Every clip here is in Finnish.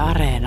Areena.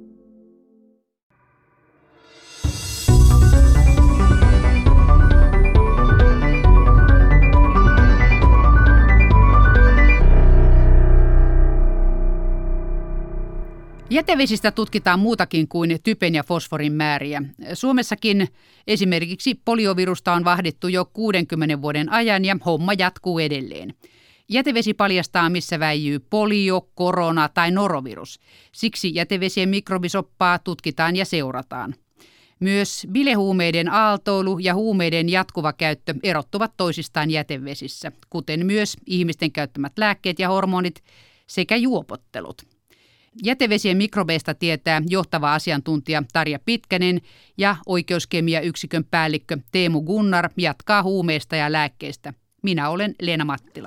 Jätevesistä tutkitaan muutakin kuin typen ja fosforin määriä. Suomessakin esimerkiksi poliovirusta on vahdittu jo 60 vuoden ajan ja homma jatkuu edelleen. Jätevesi paljastaa, missä väijyy polio, korona tai norovirus. Siksi jätevesien mikrobisoppaa tutkitaan ja seurataan. Myös bilehuumeiden aaltoilu ja huumeiden jatkuva käyttö erottuvat toisistaan jätevesissä, kuten myös ihmisten käyttämät lääkkeet ja hormonit sekä juopottelut. Jätevesien mikrobeista tietää johtava asiantuntija Tarja Pitkänen ja oikeuskemia-yksikön päällikkö Teemu Gunnar jatkaa huumeista ja lääkkeistä. Minä olen Leena Mattila.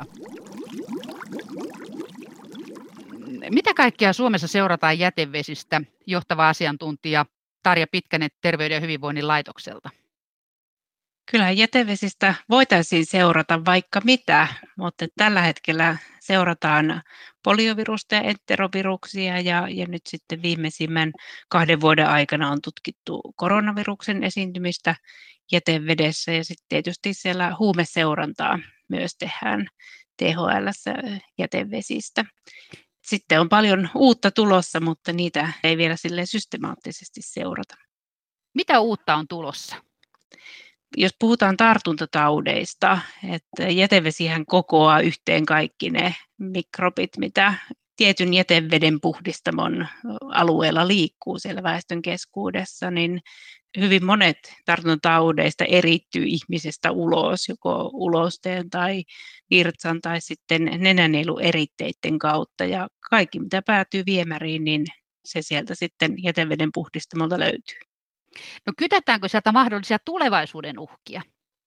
Mitä kaikkea Suomessa seurataan jätevesistä? Johtava asiantuntija Tarja Pitkänen Terveyden ja hyvinvoinnin laitokselta. Kyllä jätevesistä voitaisiin seurata vaikka mitä, mutta tällä hetkellä seurataan poliovirusta ja enteroviruksia ja nyt sitten viimeisimmän 2 vuoden aikana on tutkittu koronaviruksen esiintymistä jätevedessä ja sitten tietysti siellä huumeseurantaa myös tehdään THL:ssä jätevesistä. Sitten on paljon uutta tulossa, mutta niitä ei vielä silleen systemaattisesti seurata. Mitä uutta on tulossa? Jos puhutaan tartuntataudeista, että jätevesihän kokoaa yhteen kaikki ne mikrobit, mitä tietyn jäteveden puhdistamon alueella liikkuu siellä väestön keskuudessa, niin hyvin monet tartuntataudeista erittyy ihmisestä ulos, joko ulosteen tai virtsan tai sitten nenänielueritteiden kautta. Ja kaikki, mitä päätyy viemäriin, niin se sieltä sitten jäteveden puhdistamolta löytyy. No kytetäänkö sieltä mahdollisia tulevaisuuden uhkia?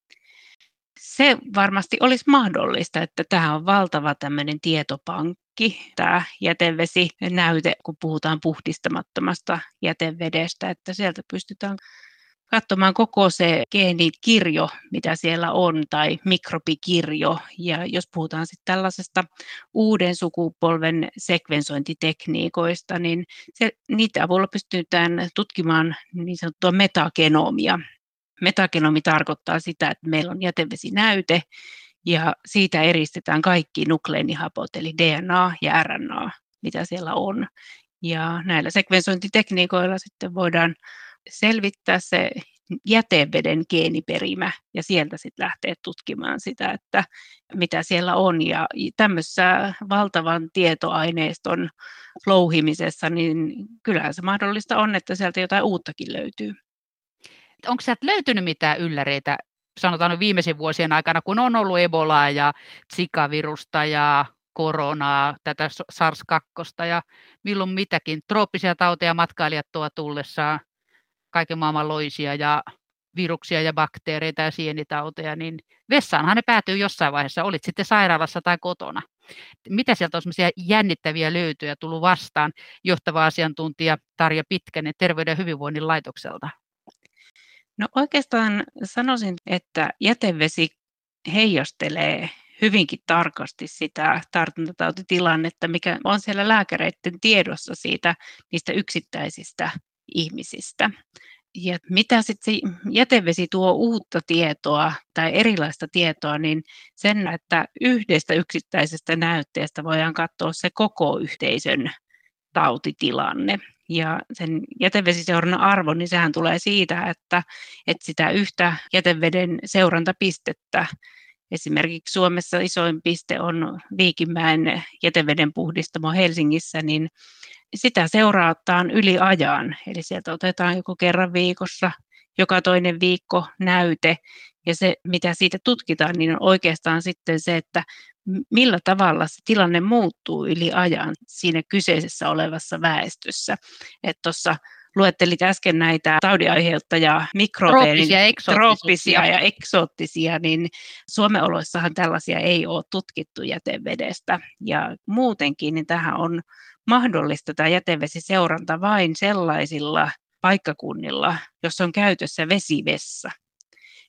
Se varmasti olisi mahdollista, että tämä on valtava tämmöinen tietopankki, tämä jätevesinäyte, kun puhutaan puhdistamattomasta jätevedestä, että sieltä pystytään katsomaan koko se geenikirjo, mitä siellä on, tai mikrobikirjo. Ja jos puhutaan sitten tällaisesta uuden sukupolven sekvensointitekniikoista, niin niitä avulla pystytään tutkimaan niin sanottua metagenomia. Metagenomi tarkoittaa sitä, että meillä on jätevesinäyte, ja siitä eristetään kaikki nukleinihapot, eli DNA ja RNA, mitä siellä on. Ja näillä sekvensointitekniikoilla sitten voidaan selvittää se jäteveden geeniperimä ja sieltä sitten lähteä tutkimaan sitä, että mitä siellä on. Ja tämmöisessä valtavan tietoaineiston louhimisessa, niin kyllähän se mahdollista on, että sieltä jotain uuttakin löytyy. Onko sieltä löytynyt mitään ylläreitä, sanotaan viimeisen vuosien aikana, kun on ollut Ebolaa ja Zika-virusta ja koronaa, tätä SARS-2 ja milloin mitäkin, trooppisia tauteja matkailijat tuo tullessaan, kaiken maailman loisia ja viruksia ja bakteereita ja sienitauteja, niin vessaanhan ne päätyy jossain vaiheessa, olit sitten sairaalassa tai kotona. Mitä sieltä on sellaisia jännittäviä löytöjä tullut vastaan, johtava asiantuntija Tarja Pitkänen Terveyden ja hyvinvoinnin laitokselta? No oikeastaan sanoisin, että jätevesi heijastelee hyvinkin tarkasti sitä tartuntatautitilannetta, mikä on siellä lääkäreiden tiedossa niistä yksittäisistä ihmisistä. Ja mitä sitten se jätevesi tuo uutta tietoa tai erilaista tietoa, niin sen, että yhdestä yksittäisestä näytteestä voidaan katsoa se koko yhteisön tautitilanne. Ja sen jätevesiseurannan arvo, niin sehän tulee siitä, että sitä yhtä jäteveden seurantapistettä, esimerkiksi Suomessa isoin piste on Viikinmäen jäteveden puhdistamo Helsingissä, niin sitä seurataan yli ajan. Eli sieltä otetaan joko kerran viikossa, joka toinen viikko näyte. Ja se, mitä siitä tutkitaan, niin on oikeastaan sitten se, että millä tavalla se tilanne muuttuu yli ajan siinä kyseisessä olevassa väestössä. Että tuossa luettelit äsken näitä taudinaiheuttajia, mikrobeja, trooppisia ja eksoottisia, niin Suomen oloissahan tällaisia ei ole tutkittu jätevedestä. Ja muutenkin niin tähän on mahdollista tämä jätevesiseuranta vain sellaisilla paikkakunnilla, jossa on käytössä vesivessa.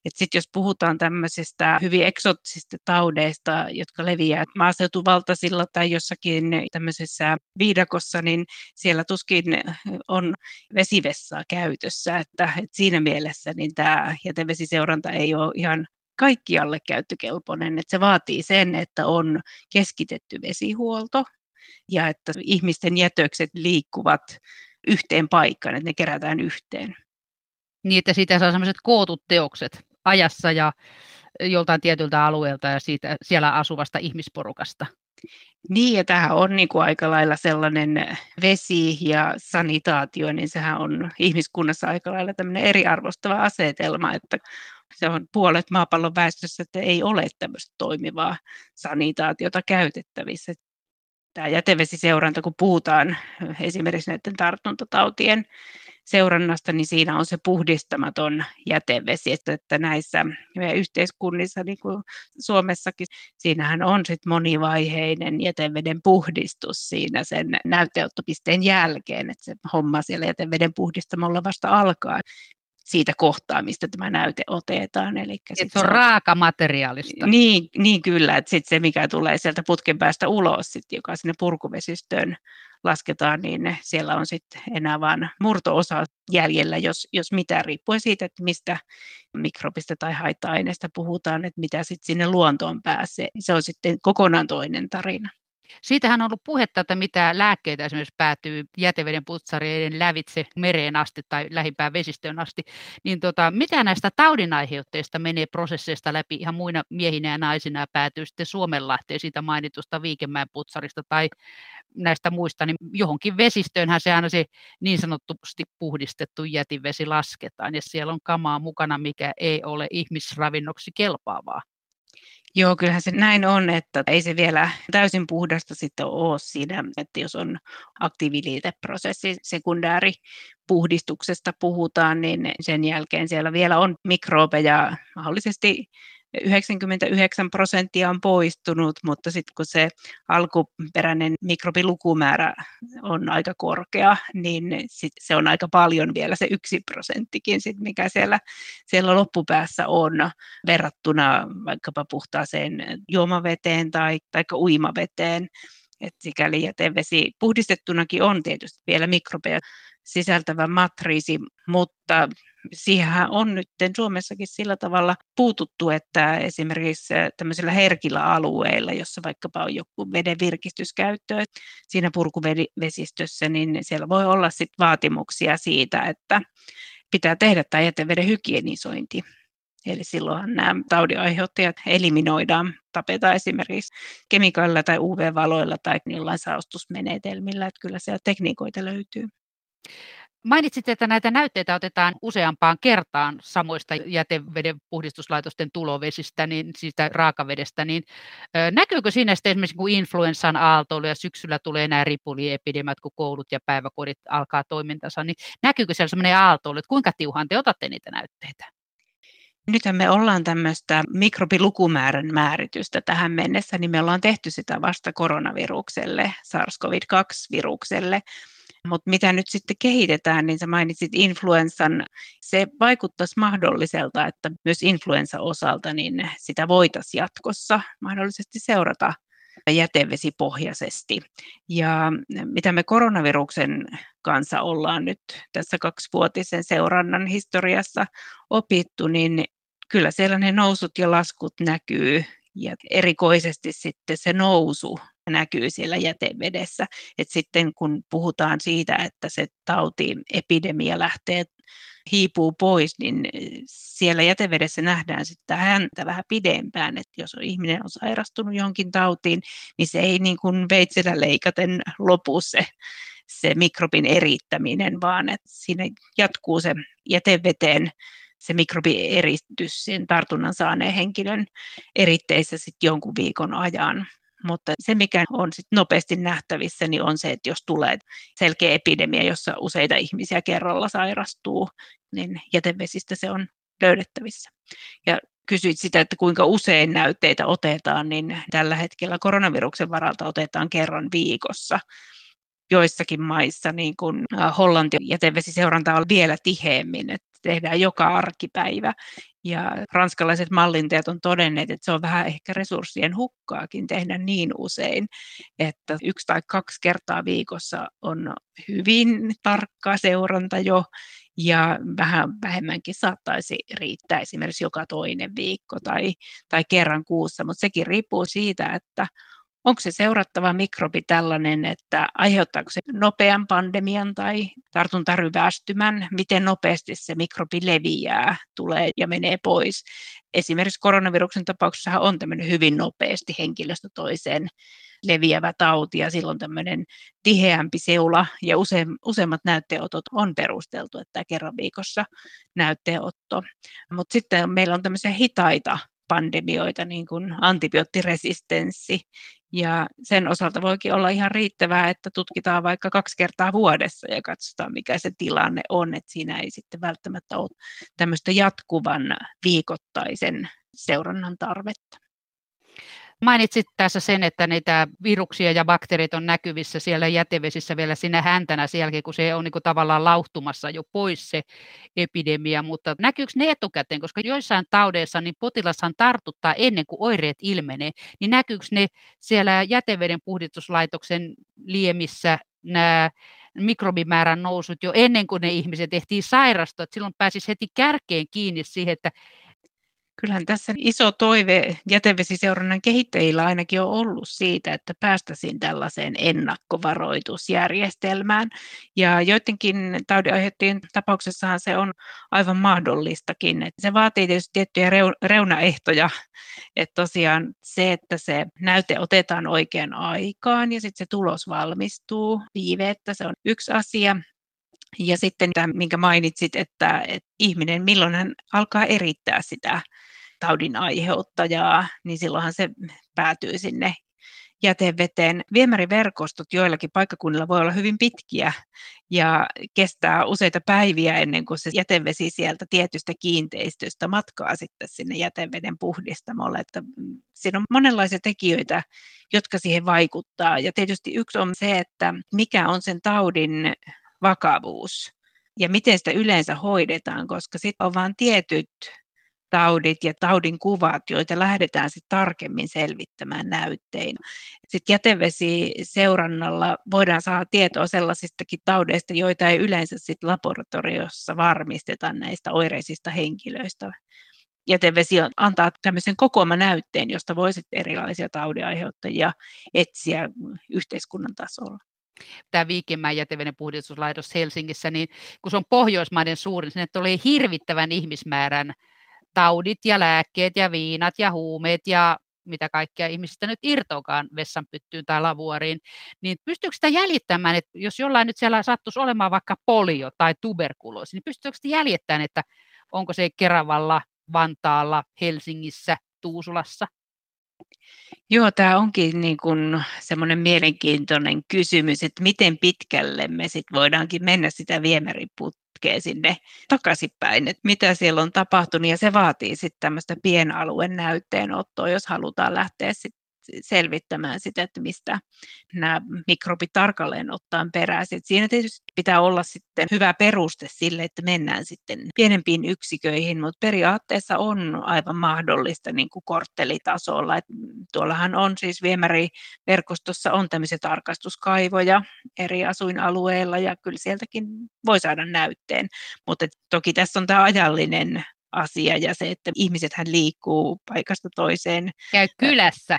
Sitten jos puhutaan tämmöisistä hyvin eksoottisista taudeista, jotka leviää maaseutuvaltaisilla tai jossakin tämmöisessä viidakossa, niin siellä tuskin on vesivessaa käytössä. Että siinä mielessä niin tämä jätevesiseuranta ei ole ihan kaikkialle käyttökelpoinen. Että se vaatii sen, että on keskitetty vesihuolto ja että ihmisten jätökset liikkuvat yhteen paikkaan, että ne kerätään yhteen. Niin, että siitä saa sellaiset kootut teokset ajassa ja joltain tietyltä alueelta ja siellä asuvasta ihmisporukasta. Niin, ja tämähän on niin kuin aika lailla sellainen vesi ja sanitaatio, niin sehän on ihmiskunnassa aika lailla tämmöinen eriarvostava asetelma, että se on puolet maapallon väestössä, että ei ole tämmöistä toimivaa sanitaatiota käytettävissä. Tämä jätevesiseuranta, kun puhutaan esimerkiksi näiden tartuntatautien seurannasta, niin siinä on se puhdistamaton jätevesi, että näissä meidän yhteiskunnissa, niin kuin Suomessakin, siinähän on sitten monivaiheinen jäteveden puhdistus siinä sen näytteönottopisteen jälkeen, että se homma siellä jäteveden puhdistamolla vasta alkaa siitä kohtaa, mistä tämä näyte otetaan. Se on raakamateriaalista. Niin kyllä, että sitten se, mikä tulee sieltä putken päästä ulos, joka sinne purkuvesistöön lasketaan, niin siellä on sitten enää vain murto-osa jäljellä, jos mitään, riippuen siitä, että mistä mikrobista tai haitta-aineesta puhutaan, että mitä sitten sinne luontoon pääsee. Se on sitten kokonaan toinen tarina. Siitähän on ollut puhetta, että mitä lääkkeitä esimerkiksi päätyy jäteveden putsareiden lävitse mereen asti tai lähimpään vesistöön asti, niin mitä näistä taudinaiheutteista menee prosesseista läpi ihan muina miehinä ja naisina ja päätyy sitten Suomenlahteen siitä mainitusta Viikenmäen putsarista tai näistä muista, niin johonkin vesistöönhän se aina se niin sanotusti puhdistettu jätevesi lasketaan ja siellä on kamaa mukana, mikä ei ole ihmisravinnoksi kelpaavaa. Joo, kyllähän se näin on, että ei se vielä täysin puhdasta sitten ole siinä, että jos on aktiiviliiteprosessi, sekundääripuhdistuksesta puhutaan, niin sen jälkeen siellä vielä on mikrobeja, mahdollisesti 99% on poistunut, mutta sitten kun se alkuperäinen mikrobilukumäärä on aika korkea, niin sit se on aika paljon vielä se 1%kin, mikä siellä loppupäässä on verrattuna vaikkapa puhtaaseen juomaveteen tai uimaveteen. Et sikäli jätevesi puhdistettunakin on tietysti vielä mikrobeja sisältävä matriisi, mutta siihen on nyt Suomessakin sillä tavalla puututtu, että esimerkiksi tämmöisillä herkillä alueilla, jossa vaikkapa on joku veden virkistyskäyttö siinä purkuvesistössä, niin siellä voi olla sit vaatimuksia siitä, että pitää tehdä tämä jäteveden hygienisointi. Eli silloinhan nämä taudinaiheuttajat eliminoidaan, tapetaan esimerkiksi kemikaalilla tai UV-valoilla tai jollain saostusmenetelmillä, että kyllä siellä tekniikoita löytyy. Mainitsit, että näitä näytteitä otetaan useampaan kertaan samoista jäteveden puhdistuslaitosten tulovesistä, niin siitä raakavedestä, niin näkyykö siinä sitten esimerkiksi kun influenssan aaltoilu ja syksyllä tulee nämä ripuliepidemiat, kun koulut ja päiväkodit alkaa toimintansa, niin näkyykö siellä sellainen aaltoilu, että kuinka tiuhaan te otatte niitä näytteitä? Nythän me ollaan tämmöistä mikrobilukumäärän määritystä tähän mennessä, niin me ollaan tehty sitä vasta koronavirukselle, SARS-CoV-2-virukselle. Mutta mitä nyt sitten kehitetään, niin sä mainitsit influenssan. Se vaikuttaisi mahdolliselta, että myös influenssan osalta niin sitä voitaisiin jatkossa mahdollisesti seurata jätevesipohjaisesti. Ja mitä me koronaviruksen kanssa ollaan nyt tässä 2-vuotisen seurannan historiassa opittu, niin kyllä siellä ne nousut ja laskut näkyy ja erikoisesti sitten se nousu näkyy siellä jätevedessä. Et sitten kun puhutaan siitä, että se tautiepidemia hiipuu pois, niin siellä jätevedessä nähdään sitten häntä vähän pidempään, että jos ihminen on sairastunut johonkin tautiin, niin se ei niin kuin veitsellä leikaten lopu se mikrobin erittäminen, vaan että siinä jatkuu se jäteveteen se mikrobieritys sen tartunnan saaneen henkilön eritteissä sitten jonkun viikon ajan. Mutta se, mikä on sit nopeasti nähtävissä, niin on se, että jos tulee selkeä epidemia, jossa useita ihmisiä kerralla sairastuu, niin jätevesistä se on löydettävissä. Ja kysyit sitä, että kuinka usein näytteitä otetaan, niin tällä hetkellä koronaviruksen varalta otetaan kerran viikossa. Joissakin maissa, niin kuin Hollanti, jätevesiseuranta on vielä tiheemmin. tehdään joka arkipäivä. Ja ranskalaiset mallintajat on todenneet, että se on vähän ehkä resurssien hukkaakin tehdä niin usein, että 1 tai 2 kertaa viikossa on hyvin tarkka seuranta jo, ja vähän vähemmänkin saattaisi riittää esimerkiksi joka toinen viikko tai kerran kuussa, mutta sekin riippuu siitä, että onko se seurattava mikrobi tällainen, että aiheuttaako se nopean pandemian tai tartuntaryvästymän, miten nopeasti se mikrobi leviää, tulee ja menee pois. Esimerkiksi koronaviruksen tapauksessa on tämmöinen hyvin nopeasti henkilöstä toiseen leviävä tauti ja silloin tämmöinen tiheämpi seula ja useimmat näytteenotot on perusteltu, että tämä kerran viikossa näytteenotto. Mutta sitten meillä on tämmöisiä hitaita pandemioita, niin kuin antibioottiresistenssi, ja sen osalta voikin olla ihan riittävää, että tutkitaan vaikka 2 kertaa vuodessa ja katsotaan, mikä se tilanne on, että siinä ei sitten välttämättä ole tämmöistä jatkuvan viikoittaisen seurannan tarvetta. Mainitsit tässä sen, että niitä viruksia ja bakteerit on näkyvissä siellä jätevesissä vielä siinä häntänä sen jälkeen, kun se on niin kuin tavallaan lauhtumassa jo pois se epidemia, mutta näkyykö ne etukäteen, koska joissain taudeissa niin potilashan tartuttaa ennen kuin oireet ilmenee, niin näkyykö ne siellä jäteveden puhdistuslaitoksen liemissä nämä mikrobimäärän nousut jo ennen kuin ne ihmiset ehtii sairastua, että silloin pääsisi heti kärkeen kiinni siihen, että Kyllähän tässä iso toive jätevesiseurannan kehittäjillä ainakin on ollut siitä, että päästäisiin tällaiseen ennakkovaroitusjärjestelmään. Ja joidenkin taudinaiheuttajien tapauksessahan se on aivan mahdollistakin. Että se vaatii tietysti tiettyjä reunaehtoja, että tosiaan se, että se näyte otetaan oikeaan aikaan ja sitten se tulos valmistuu viiveettä, se on yksi asia. Ja sitten tämä, minkä mainitsit, että ihminen, milloin hän alkaa erittää sitä taudin aiheuttajaa, niin silloinhan se päätyy sinne jäteveteen. Viemäriverkostot joillakin paikkakunnilla voi olla hyvin pitkiä ja kestää useita päiviä ennen kuin se jätevesi sieltä tietystä kiinteistöstä matkaa sitten sinne jäteveden puhdistamolle. Että siinä on monenlaisia tekijöitä, jotka siihen vaikuttaa. Ja tietysti yksi on se, että mikä on sen taudin vakavuus ja miten sitä yleensä hoidetaan, koska sitten on vain tietyt taudit ja taudin kuvat, joita lähdetään sitten tarkemmin selvittämään näyttein. Sitten jätevesiseurannalla voidaan saada tietoa sellaisistakin taudeista, joita ei yleensä sitten laboratoriossa varmisteta näistä oireisista henkilöistä. Jätevesi antaa tämmöisen kokoaman näytteen, josta voi sitten erilaisia taudinaiheuttajia etsiä yhteiskunnan tasolla. Tämä Viikinmäen jäteveden puhdistuslaitos Helsingissä, niin kun se on Pohjoismaiden suurin, sinne tulee hirvittävän ihmismäärän taudit ja lääkkeet ja viinat ja huumeet ja mitä kaikkea ihmisistä nyt irtoakaan vessanpyttyyn tai lavuoriin, niin pystyykö sitä jäljittämään, että jos jollain nyt siellä sattuisi olemaan vaikka polio tai tuberkuloosi, niin pystyykö sitä jäljittämään, että onko se Keravalla, Vantaalla, Helsingissä, Tuusulassa? Joo, tämä onkin niin kuin semmoinen mielenkiintoinen kysymys, että miten pitkälle me sit voidaankin mennä sitä viemäriputkea sinne takaisinpäin, että mitä siellä on tapahtunut, ja se vaatii sitten tämmöistä pienalueen näytteenottoa, jos halutaan lähteä sitten selvittämään sitä, että mistä nämä mikrobit tarkalleen ottaen peräisin. Siinä tietysti pitää olla sitten hyvä peruste sille, että mennään sitten pienempiin yksiköihin, mutta periaatteessa on aivan mahdollista niin kuin korttelitasolla. Et tuollahan on siis viemäriverkostossa on tämmöisiä tarkastuskaivoja eri asuinalueilla ja kyllä sieltäkin voi saada näytteen, mutta toki tässä on tämä ajallinen asia ja se, että ihmisethän liikkuu paikasta toiseen. Käy kylässä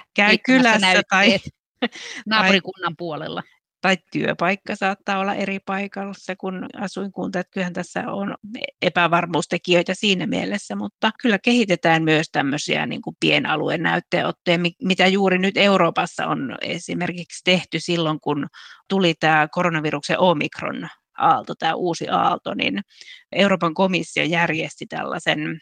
tai naapurikunnan puolella. Tai työpaikka saattaa olla eri paikassa kuin asuinkunta. Että kyllähän tässä on epävarmuustekijöitä siinä mielessä, mutta kyllä kehitetään myös tämmöisiä niin kuin pienalueen näytteenottoja, mitä juuri nyt Euroopassa on esimerkiksi tehty silloin, kun tuli tämä koronaviruksen Omikron aalto, tämä uusi aalto, niin Euroopan komissio järjesti tällaisen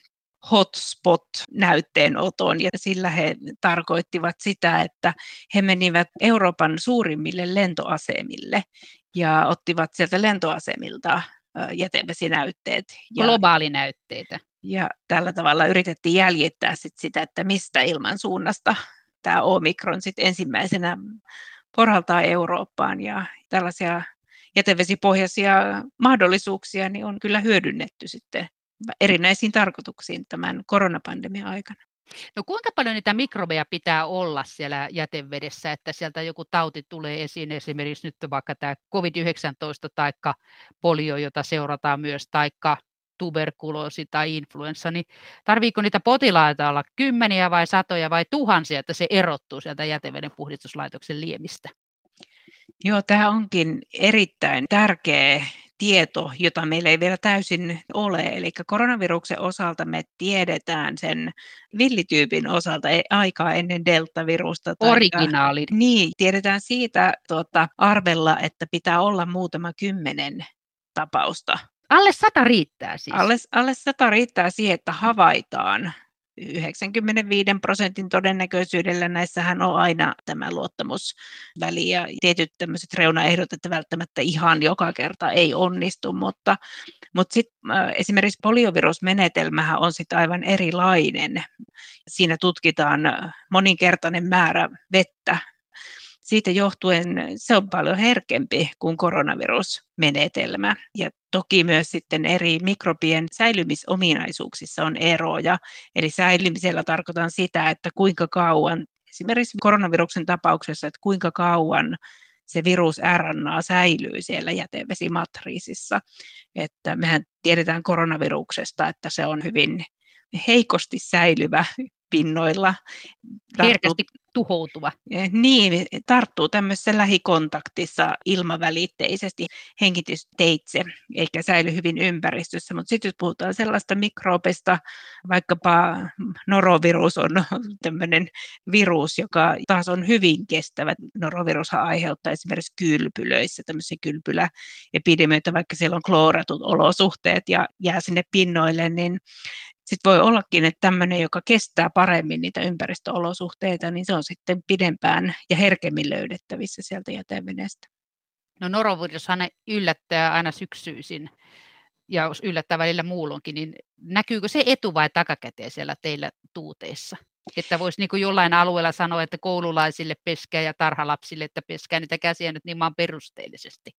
hotspot-näytteenoton, ja sillä he tarkoittivat sitä, että he menivät Euroopan suurimmille lentoasemille ja ottivat sieltä lentoasemilta jätevesinäytteet. Globaalinäytteitä. Ja tällä tavalla yritettiin jäljittää sitä, että mistä ilmansuunnasta tämä Omikron sitten ensimmäisenä porhaltaa Eurooppaan, ja tällaisia jätevesipohjaisia mahdollisuuksia niin on kyllä hyödynnetty sitten erinäisiin tarkoituksiin tämän koronapandemian aikana. No kuinka paljon niitä mikrobeja pitää olla siellä jätevedessä, että sieltä joku tauti tulee esiin, esimerkiksi nyt vaikka tämä COVID-19 tai polio, jota seurataan myös, tai tuberkuloosi tai influenssa, niin tarviiko niitä potilaita olla kymmeniä vai satoja vai tuhansia, että se erottuu sieltä jäteveden puhdistuslaitoksen liemistä? Joo, tämä onkin erittäin tärkeä tieto, jota meillä ei vielä täysin ole. Eli koronaviruksen osalta me tiedetään sen villityypin osalta aikaa ennen deltavirusta. Originaalin. Niin, tiedetään siitä arvella, että pitää olla muutama 10 tapausta. Alle 100 riittää siis? Alle 100 riittää siihen, että havaitaan. 95% todennäköisyydellä näissähän on aina tämä luottamusväli ja tietyt tämmöiset reunaehdot, että välttämättä ihan joka kerta ei onnistu, mutta sitten esimerkiksi poliovirusmenetelmähän on sitten aivan erilainen. Siinä tutkitaan moninkertainen määrä vettä. Siitä johtuen se on paljon herkempi kuin koronavirusmenetelmä. Ja toki myös sitten eri mikrobien säilymisominaisuuksissa on eroja. Eli säilymisellä tarkoitan sitä, että kuinka kauan, esimerkiksi koronaviruksen tapauksessa, että kuinka kauan se virus RNA säilyy siellä jätevesimatriisissa. Että mehän tiedetään koronaviruksesta, että se on hyvin heikosti säilyvä pinnoilla. Herkästi tuhoutuva. Niin, tarttuu tämmöisessä lähikontaktissa ilmavälitteisesti hengitysteitse, eikä säily hyvin ympäristössä. Mutta sitten jos puhutaan sellaista mikrobista, vaikkapa norovirus on tämmöinen virus, joka taas on hyvin kestävä. Norovirushan aiheuttaa esimerkiksi kylpylöissä tämmöisiä kylpyläepidemioita, vaikka siellä on klooratut olosuhteet ja jää sinne pinnoille, niin sitten voi ollakin, että tämmöinen, joka kestää paremmin niitä ympäristöolosuhteita, niin se on sitten pidempään ja herkemmin löydettävissä sieltä jätevedestä. No norovirushan yllättää aina syksyisin, ja jos yllättää välillä muulloinkin, niin näkyykö se etu- vai takakäteen siellä teillä tuuteissa? Että voisi niin kuin jollain alueella sanoa, että koululaisille peskää ja tarhalapsille, että peskää niitä käsiä nyt niin maan perusteellisesti.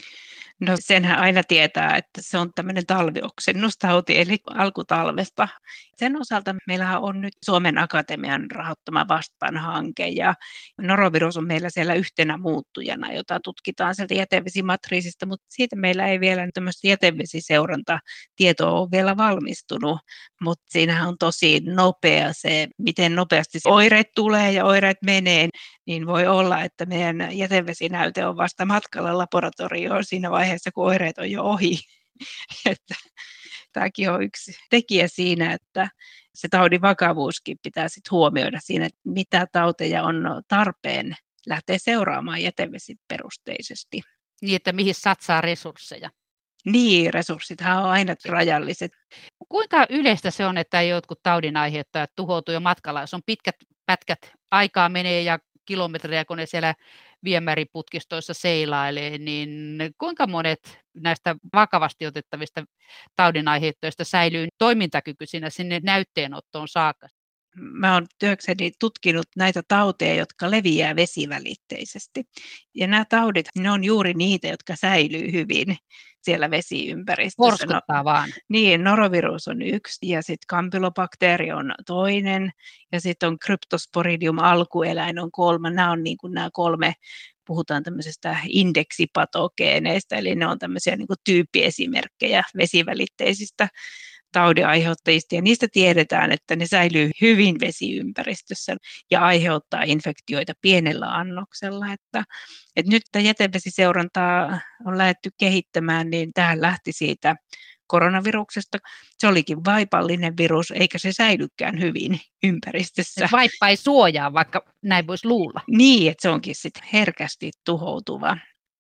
No senhän aina tietää, että se on tämmöinen talvioksennustauti, eli alkutalvesta. Sen osalta meillähän on nyt Suomen Akatemian rahoittama Vastaan-hanke, ja norovirus on meillä siellä yhtenä muuttujana, jota tutkitaan sieltä jätevesimatriisista, mutta siitä meillä ei vielä tämmöistä jätevesiseurantatietoa ole vielä valmistunut, mutta siinähän on tosi nopea se, miten nopeasti oireet tulee ja oireet menee, niin voi olla, että meidän jätevesinäyte on vasta matkalla laboratorioon siinä vaiheessa, kun oireet on jo ohi. Että tämäkin on yksi tekijä siinä, että se taudin vakavuuskin pitää sit huomioida siinä, että mitä tauteja on tarpeen lähteä seuraamaan jätevesiperusteisesti. Niin, että mihin satsaa resursseja. Niin, resurssithan on aina rajalliset. Kuinka yleistä se on, että jotkut taudin aiheuttajat tuhoutuu jo matkalla, jos on pitkät pätkät aikaa menee ja kilometrejä, kun ne siellä viemäriputkistoissa seilailee, niin kuinka monet näistä vakavasti otettavista taudinaiheuttajista säilyy toimintakykyisinä sinne näytteenottoon saakka? Mä oon työkseni tutkinut näitä tauteja, jotka leviää vesivälitteisesti. Ja nämä taudit, ne on juuri niitä, jotka säilyy hyvin siellä vesiympäristössä. Porskuttaa vaan. Niin, norovirus on yksi, ja sitten kampylobakteeri on toinen, ja sitten on Cryptosporidium alkueläin on 3. Nämä on niin kuin nämä 3, puhutaan tämmöisestä indeksipatogeeneista, eli ne on tämmöisiä niin kuin tyyppiesimerkkejä vesivälitteisistä taudinaiheuttajista, ja niistä tiedetään, että ne säilyy hyvin vesiympäristössä ja aiheuttaa infektioita pienellä annoksella. Että nyt tämä jätevesiseurantaa on lähdetty kehittämään, niin tähän lähti siitä koronaviruksesta. Se olikin vaipallinen virus, eikä se säilykään hyvin ympäristössä. Vaippa ei suojaa, vaikka näin voisi luulla. Niin, että se onkin sitten herkästi tuhoutuva.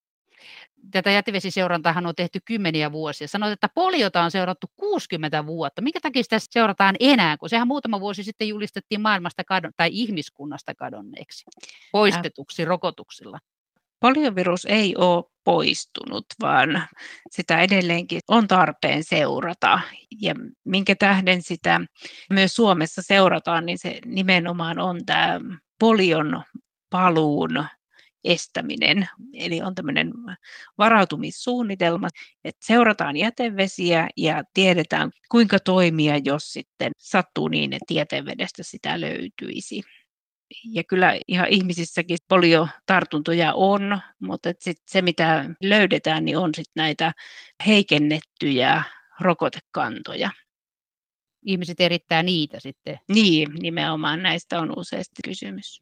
Tätä jätevesiseurantahan on tehty kymmeniä vuosia. Sanoit, että poliota on seurattu 60 vuotta. Minkä takia sitä seurataan enää, kun sehän muutama vuosi sitten julistettiin maailmasta tai ihmiskunnasta kadonneeksi, poistetuksi rokotuksilla? Poliovirus ei ole poistunut, vaan sitä edelleenkin on tarpeen seurata. Ja minkä tähden sitä myös Suomessa seurataan, niin se nimenomaan on tämä polion paluun estäminen. Eli on tämmöinen varautumissuunnitelma, että seurataan jätevesiä ja tiedetään, kuinka toimia, jos sitten sattuu niin, että jätevedestä sitä löytyisi. Ja kyllä ihan ihmisissäkin poliotartuntoja on, mutta sit se mitä löydetään, niin on sit näitä heikennettyjä rokotekantoja. Ihmiset erittää niitä sitten. Niin, nimenomaan näistä on useasti kysymys.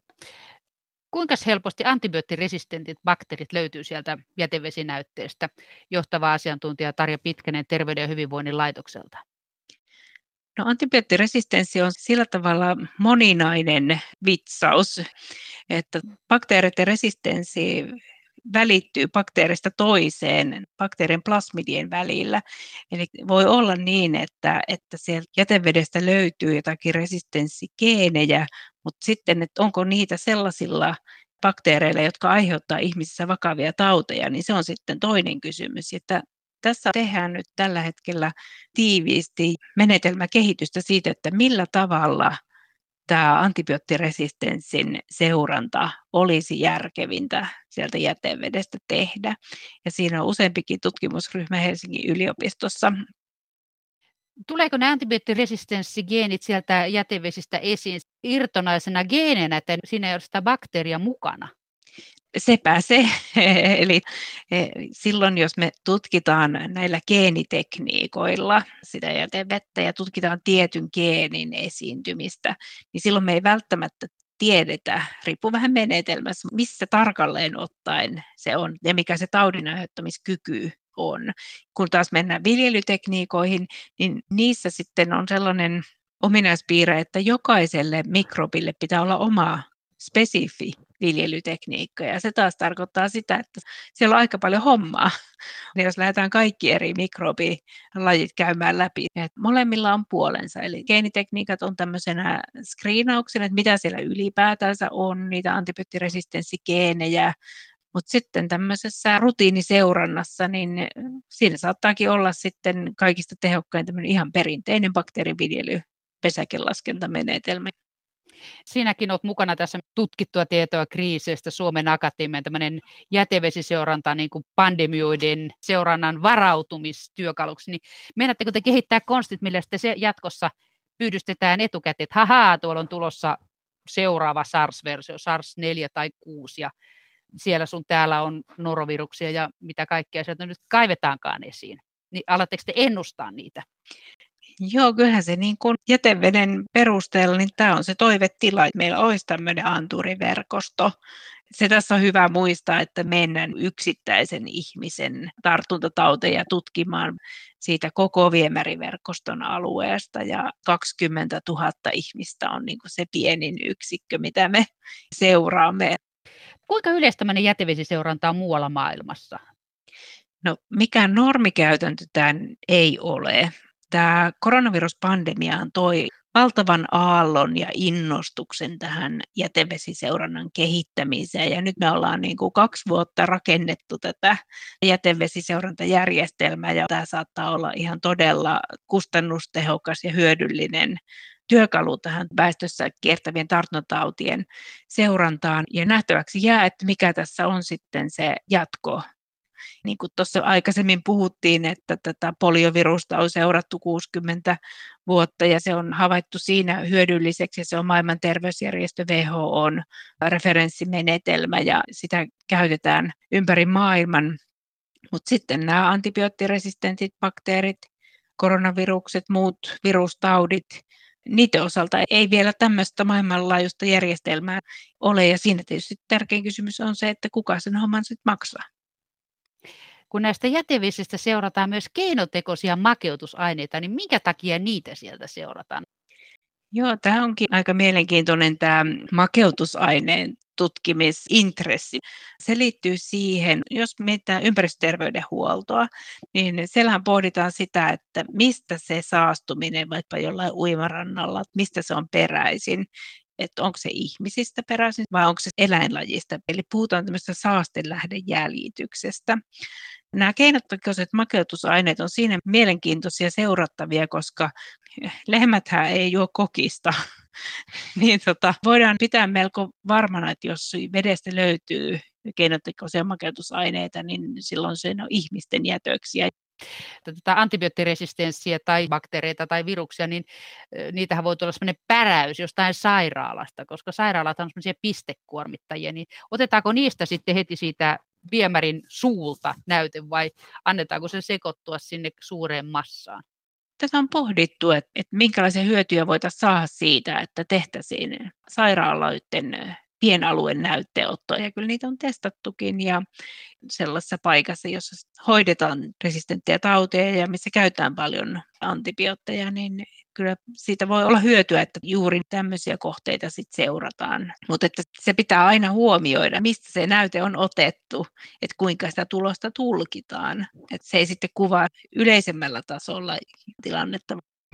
Kuinka helposti antibioottiresistentit bakteerit löytyy sieltä jätevesinäytteestä? Johtava asiantuntija Tarja Pitkänen Terveyden ja hyvinvoinnin laitokselta. No, antibioottiresistenssi on sillä tavalla moninainen vitsaus, että bakteereiden resistenssi välittyy bakteerista toiseen, bakteerien plasmidien välillä. Eli voi olla niin, että sieltä jätevedestä löytyy jotakin resistenssigeenejä, mutta sitten, että onko niitä sellaisilla bakteereilla, jotka aiheuttaa ihmisissä vakavia tauteja, niin se on sitten toinen kysymys. Että tässä tehdään nyt tällä hetkellä tiiviisti menetelmäkehitystä siitä, että millä tavalla tämä antibioottiresistenssin seuranta olisi järkevintä sieltä jätevedestä tehdä. Ja siinä on useampikin tutkimusryhmä Helsingin yliopistossa. Tuleeko ne antibioottiresistenssigeenit sieltä jätevesistä esiin irtonaisena geenenä, että siinä ei ole sitä bakteeria mukana? Sepä se. Eli silloin, jos me tutkitaan näillä geenitekniikoilla sitä jätevettä ja tutkitaan tietyn geenin esiintymistä, niin silloin me ei välttämättä tiedetä, riippuu vähän menetelmässä, missä tarkalleen ottaen se on ja mikä se taudin aiheuttamiskyky on. Kun taas mennään viljelytekniikoihin, niin niissä sitten on sellainen ominaispiirre, että jokaiselle mikrobille pitää olla oma spesifi viljelytekniikka, ja se taas tarkoittaa sitä, että siellä on aika paljon hommaa. Ja jos lähdetään kaikki eri mikrobilajit käymään läpi, että molemmilla on puolensa. Eli geenitekniikat on tämmöisenä screenauksena, että mitä siellä ylipäätänsä on, niitä antibioottiresistenssigeenejä, mutta sitten tämmöisessä rutiiniseurannassa, niin siinä saattaakin olla sitten kaikista tehokkain tämmöinen ihan perinteinen bakteeriviljely, pesäkelaskentamenetelmä. Sinäkin olet mukana tässä tutkittua tietoa kriiseistä Suomen Akatemian tämmöinen jätevesiseuranta niin kuin pandemioiden seurannan varautumistyökaluksi. Niin meinaatteko te kehittää konstit, millä sitten se jatkossa pyydystetään etukäteen, että hahaa, tuolla on tulossa seuraava SARS-versio, SARS 4 tai 6 ja siellä sun täällä on noroviruksia ja mitä kaikkea sieltä nyt kaivetaankaan esiin. Niin alatteko te ennustaa niitä? Joo, kyllähän se niin kuin jäteveden perusteella, niin tämä on se toivetila, että meillä olisi tämmöinen anturiverkosto. Se tässä on hyvä muistaa, että mennään yksittäisen ihmisen tartuntatauteja tutkimaan siitä koko viemäriverkoston alueesta, ja 20 000 ihmistä on niin kuin se pienin yksikkö, mitä me seuraamme. Kuinka yleistä tämmöinen jätevesiseuranta on muualla maailmassa? No, mikään normikäytäntö tämän ei ole. Tämä koronaviruspandemiahan toi valtavan aallon ja innostuksen tähän jätevesiseurannan kehittämiseen. Ja nyt me ollaan niin kuin 2 vuotta rakennettu tätä jätevesiseurantajärjestelmää, ja tämä saattaa olla ihan todella kustannustehokas ja hyödyllinen työkalu tähän väestössä kiertävien tartuntatautien seurantaan. Ja nähtäväksi jää, että mikä tässä on sitten se jatko. Niin kuin tuossa aikaisemmin puhuttiin, että tätä poliovirusta on seurattu 60 vuotta ja se on havaittu siinä hyödylliseksi, ja se on maailman terveysjärjestö WHO:n referenssimenetelmä ja sitä käytetään ympäri maailman. Mutta sitten nämä antibioottiresistentit bakteerit, koronavirukset, muut virustaudit, niiden osalta ei vielä tämmöistä maailmanlaajuista järjestelmää ole, ja siinä tietysti tärkein kysymys on se, että kuka sen homman sitten maksaa. Kun näistä jätevesistä seurataan myös keinotekoisia makeutusaineita, niin minkä takia niitä sieltä seurataan? Joo, tämä onkin aika mielenkiintoinen tämä makeutusaineen tutkimisintressi. Se liittyy siihen, jos mietitään ympäristöterveydenhuoltoa, niin siellähän pohditaan sitä, että mistä se saastuminen vaikka jollain uimarannalla, mistä se on peräisin. Että onko se ihmisistä peräisin vai onko se eläinlajista. Eli puhutaan tämmöisestä saastelähdejäljityksestä. Nämä keinotekoiset makeutusaineet on siinä mielenkiintoisia seurattavia, koska lehmäthän ei juo kokista. niin voidaan pitää melko varmana, että jos vedestä löytyy keinotekoisia makeutusaineita, niin silloin se on ihmisten jätöksiä. Tätä antibioottiresistenssiä tai bakteereita tai viruksia, niin niitähän voi tulla sellainen päräys jostain sairaalasta, koska sairaalat on sellaisia pistekuormittajia, niin otetaanko niistä sitten heti siitä viemärin suulta näyte vai annetaanko se sekoittua sinne suureen massaan? Tätä on pohdittu, että minkälaisia hyötyjä voitaisiin saada siitä, että tehtäisiin sairaaloiden pienalueen näytteenottoa, ja kyllä niitä on testattukin, ja sellaisessa paikassa, jossa hoidetaan resistenttejä tauteja ja missä käytetään paljon antibiootteja, niin kyllä siitä voi olla hyötyä, että juuri tämmöisiä kohteita sitten seurataan. Mutta että se pitää aina huomioida, mistä se näyte on otettu, että kuinka sitä tulosta tulkitaan. Että se ei sitten kuvaa yleisemmällä tasolla tilannetta.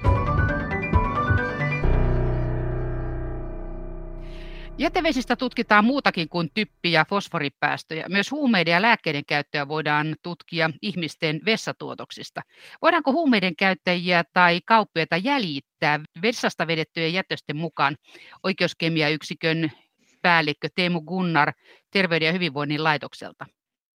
Jätevesistä tutkitaan muutakin kuin typpi- ja fosforipäästöjä. Myös huumeiden ja lääkkeiden käyttöä voidaan tutkia ihmisten vessatuotoksista. Voidaanko huumeiden käyttäjiä tai kauppiaita jäljittää vessasta vedettyjen jätösten mukaan? Oikeuskemiayksikön päällikkö Teemu Gunnar Terveyden ja hyvinvoinnin laitokselta.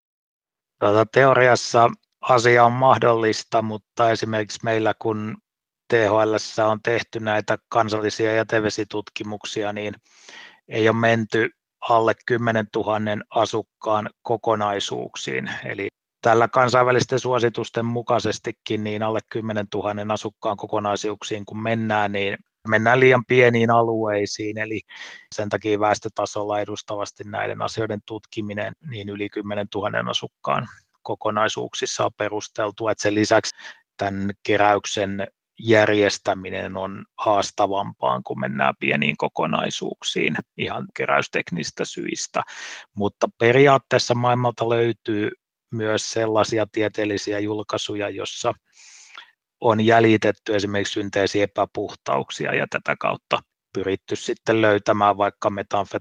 Teoriassa asia on mahdollista, mutta esimerkiksi meillä kun THL:ssä on tehty näitä kansallisia jätevesitutkimuksia, niin ei ole menty alle 10 000 asukkaan kokonaisuuksiin. Eli tällä kansainvälisten suositusten mukaisestikin niin alle 10 000 asukkaan kokonaisuuksiin kun mennään, niin mennään liian pieniin alueisiin, eli sen takia väestötasolla edustavasti näiden asioiden tutkiminen niin yli 10 000 asukkaan kokonaisuuksissa on perusteltu, että sen lisäksi tämän keräyksen järjestäminen on haastavampaa, kun mennään pieniin kokonaisuuksiin ihan keräysteknisistä syistä, mutta periaatteessa maailmalta löytyy myös sellaisia tieteellisiä julkaisuja, jossa on jäljitetty esimerkiksi synteesiepäpuhtauksia ja tätä kautta pyritty sitten löytämään vaikka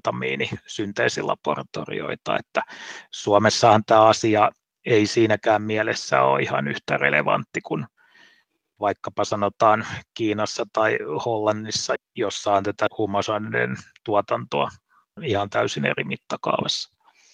metamfetamiinisynteesilaboratorioita, että Suomessahan tämä asia ei siinäkään mielessä ole ihan yhtä relevantti kuin vaikkapa sanotaan Kiinassa tai Hollannissa, jossa on tätä huumausaineiden tuotantoa ihan täysin eri mittakaavassa.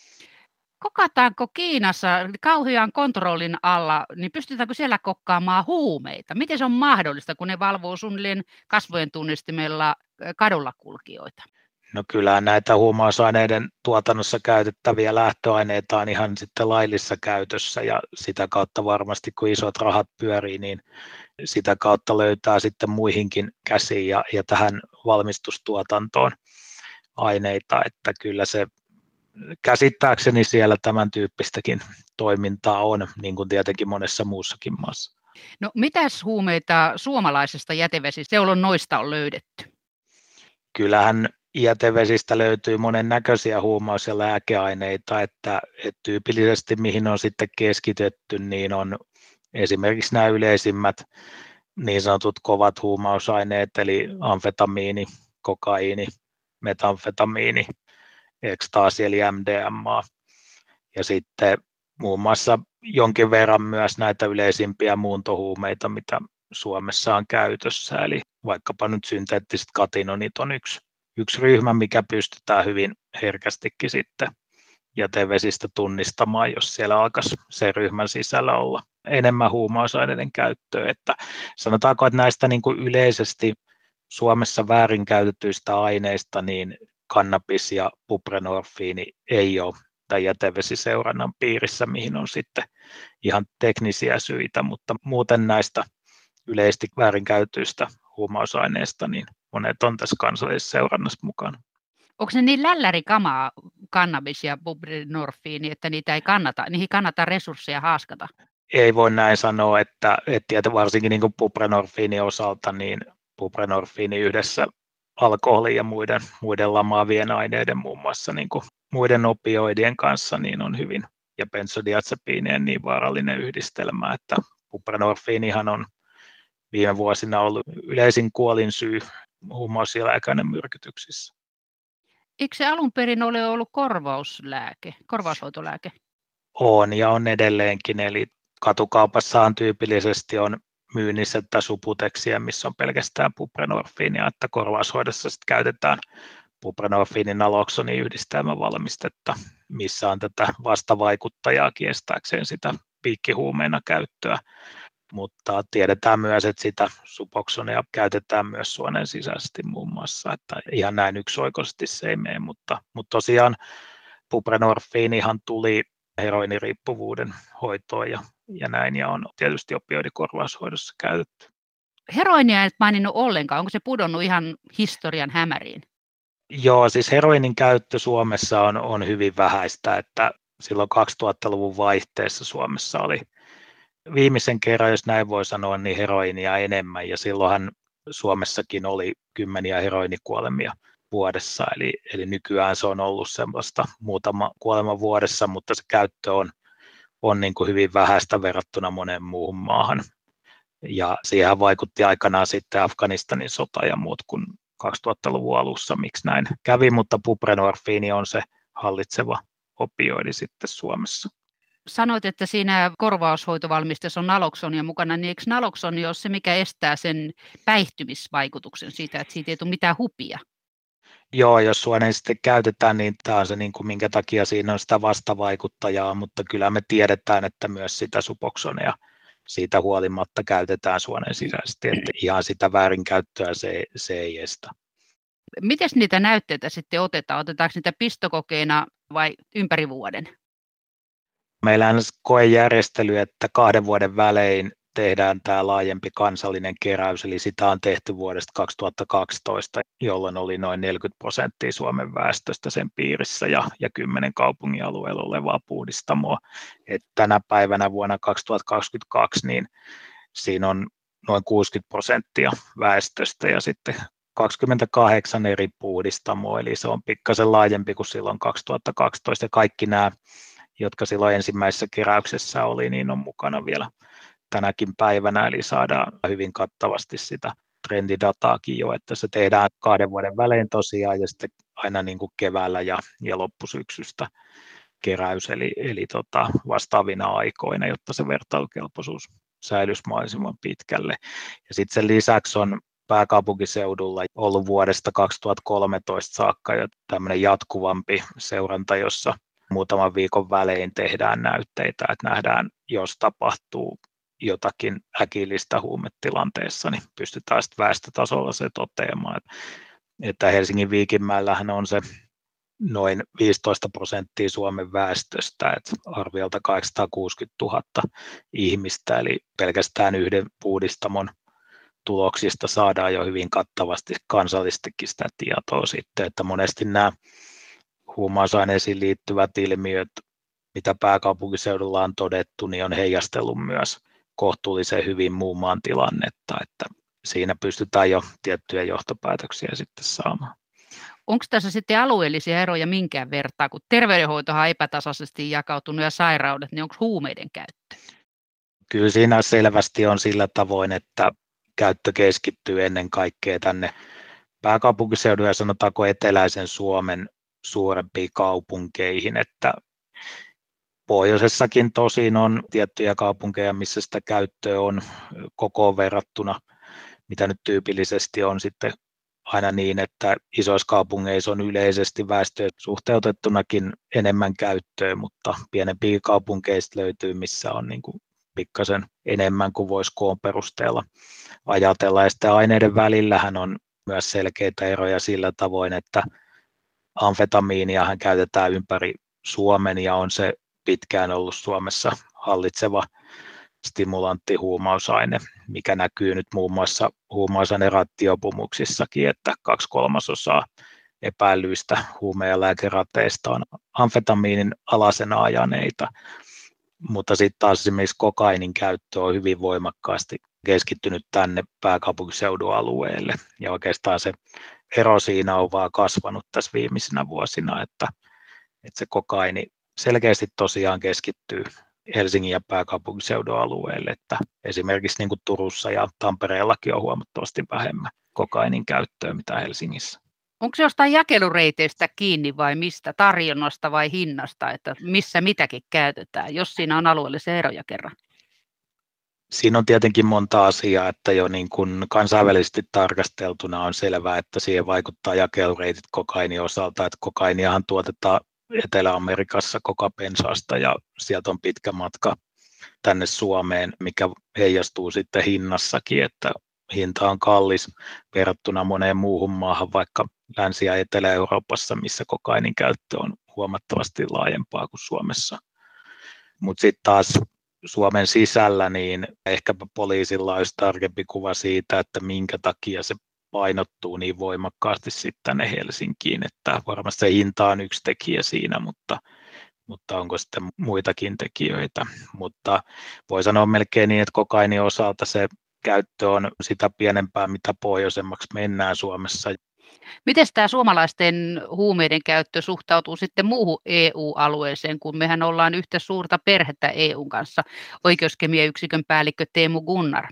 Kokataanko Kiinassa kauhean kontrollin alla, niin pystytäänkö siellä kokkaamaan huumeita? Miten se on mahdollista, kun ne valvoo suunnilleen kasvojen tunnistimella kadulla kulkijoita? No kyllä näitä huumausaineiden tuotannossa käytettäviä lähtöaineita on ihan sitten laillisessa käytössä ja sitä kautta varmasti kun isot rahat pyörii, niin sitä kautta löytää sitten muihinkin käsiin ja tähän valmistustuotantoon aineita, että kyllä se käsittääkseni siellä tämän tyyppistäkin toimintaa on, niin kuin tietenkin monessa muussakin maassa. No mitäs huumeita suomalaisesta jätevesistä noista on löydetty? Kyllähän jätevesistä löytyy monennäköisiä huumaus- ja lääkeaineita, että tyypillisesti mihin on sitten keskitetty, niin on esimerkiksi nämä yleisimmät niin sanotut kovat huumausaineet, eli amfetamiini, kokaiini, metamfetamiini, ekstaasi eli MDMA, ja sitten muun muassa jonkin verran myös näitä yleisimpiä muuntohuumeita, mitä Suomessa on käytössä, eli vaikkapa nyt synteettiset katinonit on yksi ryhmä, mikä pystytään hyvin herkästikin sitten jätevesistä tunnistamaan, jos siellä alkaisi sen ryhmän sisällä olla enemmän huumausaineiden käyttöä. Että sanotaanko, että näistä niin kuin yleisesti Suomessa väärinkäytetyistä aineista niin kannabis ja buprenorfiini ei ole tämän jätevesiseurannan piirissä, mihin on sitten ihan teknisiä syitä, mutta muuten näistä yleisesti väärinkäytetyistä huumausaineista niin monet on tässä kansallisessa seurannassa mukana. Onko ne niin lällärikamaa, kannabis ja buprenorfiini, että niihin kannata resursseja haaskata? Ei voi näin sanoa, että varsinkin niin kuin buprenorfiinin osalta, niin buprenorfiini yhdessä alkoholin ja muiden lamaavien aineiden, muun muassa niin kuin muiden opioidien kanssa, niin on hyvin, ja benzodiazepiinien niin vaarallinen yhdistelmä, että buprenorfiinihan on viime vuosina ollut yleisin kuolinsyy huumaus- ja lääkeainemyrkytyksissä. Eikö se alun perin ole ollut korvaushoitolääke? On ja on edelleenkin, eli katukaupassahan tyypillisesti on myynnissä tätä Subutexiä, missä on pelkästään buprenorfiinia, että korvaushoidossa sitten käytetään buprenorfiinin naloksonin yhdistelmävalmistetta, missä on tätä vastavaikuttajaa estääkseen sitä piikkihuumeena käyttöä. Mutta tiedetään myös, että sitä Suboxonea käytetään myös suonen sisäisesti muun muassa, että ihan näin yksioikoisesti se ei mene, mutta tosiaan buprenorfiinihan tuli heroiniriippuvuuden hoitoon ja näin, ja on tietysti opioidikorvaushoidossa käytetty. Heroinia et maininnut ollenkaan, onko se pudonnut ihan historian hämäriin? Joo, siis heroinin käyttö Suomessa on hyvin vähäistä, että silloin 2000-luvun vaihteessa Suomessa oli viimeisen kerran, jos näin voi sanoa, niin heroinia enemmän, ja silloinhan Suomessakin oli 10 heroinikuolemia vuodessa, eli nykyään se on ollut semmoista muutama kuolema vuodessa, mutta se käyttö on niin kuin hyvin vähäistä verrattuna moneen muuhun maahan. Ja siihen vaikutti aikanaan sitten Afganistanin sota ja muut kuin 2000-luvun alussa, miksi näin kävi, mutta buprenorfiini on se hallitseva opioidi sitten Suomessa. Sanoit, että siinä korvaushoitovalmisteessa on naloksonia mukana, niin eikö naloksoni ole se, mikä estää sen päihtymisvaikutuksen siitä, että siitä ei tule mitään hupia? Joo, jos suonen sitten käytetään, niin tämä on se, niin kuin, minkä takia siinä on sitä vastavaikuttajaa, mutta kyllä me tiedetään, että myös sitä Suboxonea siitä huolimatta käytetään suonen sisäisesti, että ihan sitä väärinkäyttöä se ei estä. Miten niitä näytteitä sitten otetaan? Otetaanko niitä pistokokeina vai ympäri vuoden? Meillä on koejärjestely, että 2 vuoden välein tehdään tämä laajempi kansallinen keräys, eli sitä on tehty vuodesta 2012, jolloin oli noin 40% Suomen väestöstä sen piirissä ja 10 kaupungin alueella olevaa puhdistamoa. Et tänä päivänä vuonna 2022 niin siinä on noin 60% väestöstä ja sitten 28 eri puhdistamoa, eli se on pikkasen laajempi kuin silloin 2012 ja kaikki nämä, jotka silloin ensimmäisessä keräyksessä oli, niin on mukana vielä tänäkin päivänä, eli saadaan hyvin kattavasti sitä trendidataakin jo, että se tehdään 2 vuoden välein tosiaan ja sitten aina niin kuin keväällä ja loppusyksystä keräys, eli vastaavina aikoina, jotta se vertailukelpoisuus säilyisi mahdollisimman pitkälle. Ja sitten sen lisäksi on pääkaupunkiseudulla ollut vuodesta 2013 saakka jo tämmöinen jatkuvampi seuranta, jossa muutaman viikon välein tehdään näytteitä, että nähdään, jos tapahtuu jotakin äkillistä huumetilanteessa, niin pystytään sitten väestötasolla se toteamaan, että Helsingin Viikinmäellähän on se noin 15% Suomen väestöstä, että arviolta 860 000 ihmistä, eli pelkästään yhden puhdistamon tuloksista saadaan jo hyvin kattavasti kansallistikin sitä tietoa sitten, että monesti nämä huumausaineisiin liittyvät ilmiöt, mitä pääkaupunkiseudulla on todettu, niin on heijastellut myös kohtuullisen hyvin muun maan tilannetta, että siinä pystytään jo tiettyjä johtopäätöksiä sitten saamaan. Onko tässä sitten alueellisia eroja minkään vertaa, kun terveydenhoitohan on epätasaisesti jakautunut ja sairaudet, niin onko huumeiden käyttö? Kyllä siinä selvästi on sillä tavoin, että käyttö keskittyy ennen kaikkea tänne pääkaupunkiseudun ja sanotaanko eteläisen Suomen suurempiin kaupunkeihin, että pohjoisessakin tosin on tiettyjä kaupunkeja, missä sitä käyttöä on kokoon verrattuna, mitä nyt tyypillisesti on sitten aina niin, että isoissa kaupungeissa on yleisesti väestöön suhteutettunakin enemmän käyttöä, mutta pienempiä kaupunkeista löytyy, missä on niin kuin pikkasen enemmän kuin voisi koon perusteella ajatella. Ja sitten aineiden välillähän on myös selkeitä eroja sillä tavoin, että amfetamiiniahan käytetään ympäri Suomen ja on se pitkään ollut Suomessa hallitseva stimulantti huumausaine, mikä näkyy nyt muun muassa huumausaine rattijuopumuksissakin, että 2/3 epäilyistä huume- ja lääkerateista on amfetamiinin alasena ajaneita, mutta sitten taas esimerkiksi kokainin käyttö on hyvin voimakkaasti keskittynyt tänne pääkaupunkiseudun alueelle, ja oikeastaan se ero siinä on vaan kasvanut tässä viimeisinä vuosina, että se kokaini selkeästi tosiaan keskittyy Helsingin ja pääkaupunkiseudun alueelle, että esimerkiksi niin kuin Turussa ja Tampereellakin on huomattavasti vähemmän kokainin käyttöä mitä Helsingissä. Onko se jostain jakelureiteistä kiinni vai mistä, tarjonnasta vai hinnasta, että missä mitäkin käytetään, jos siinä on alueellisia eroja kerran? Siinä on tietenkin monta asiaa, että jo niin kuin kansainvälisesti tarkasteltuna on selvää, että siihen vaikuttaa jakelureitit kokainin osalta, että kokainiahan tuotetaan Etelä-Amerikassa kokapensaasta ja sieltä on pitkä matka tänne Suomeen, mikä heijastuu sitten hinnassakin, että hinta on kallis verrattuna moneen muuhun maahan, vaikka Länsi- ja Etelä-Euroopassa, missä kokainin käyttö on huomattavasti laajempaa kuin Suomessa. Mutta sitten taas Suomen sisällä, niin ehkäpä poliisilla olisi tarkempi kuva siitä, että minkä takia se painottuu niin voimakkaasti sitten tänne Helsinkiin, että varmasti se hinta on yksi tekijä siinä, mutta onko sitten muitakin tekijöitä. Mutta voi sanoa melkein niin, että kokainin osalta se käyttö on sitä pienempää, mitä pohjoisemmaksi mennään Suomessa. Miten tämä suomalaisten huumeiden käyttö suhtautuu sitten muuhun EU-alueeseen, kun mehän ollaan yhtä suurta perhettä EUn kanssa? Oikeuskemiayksikön päällikkö Teemu Gunnar.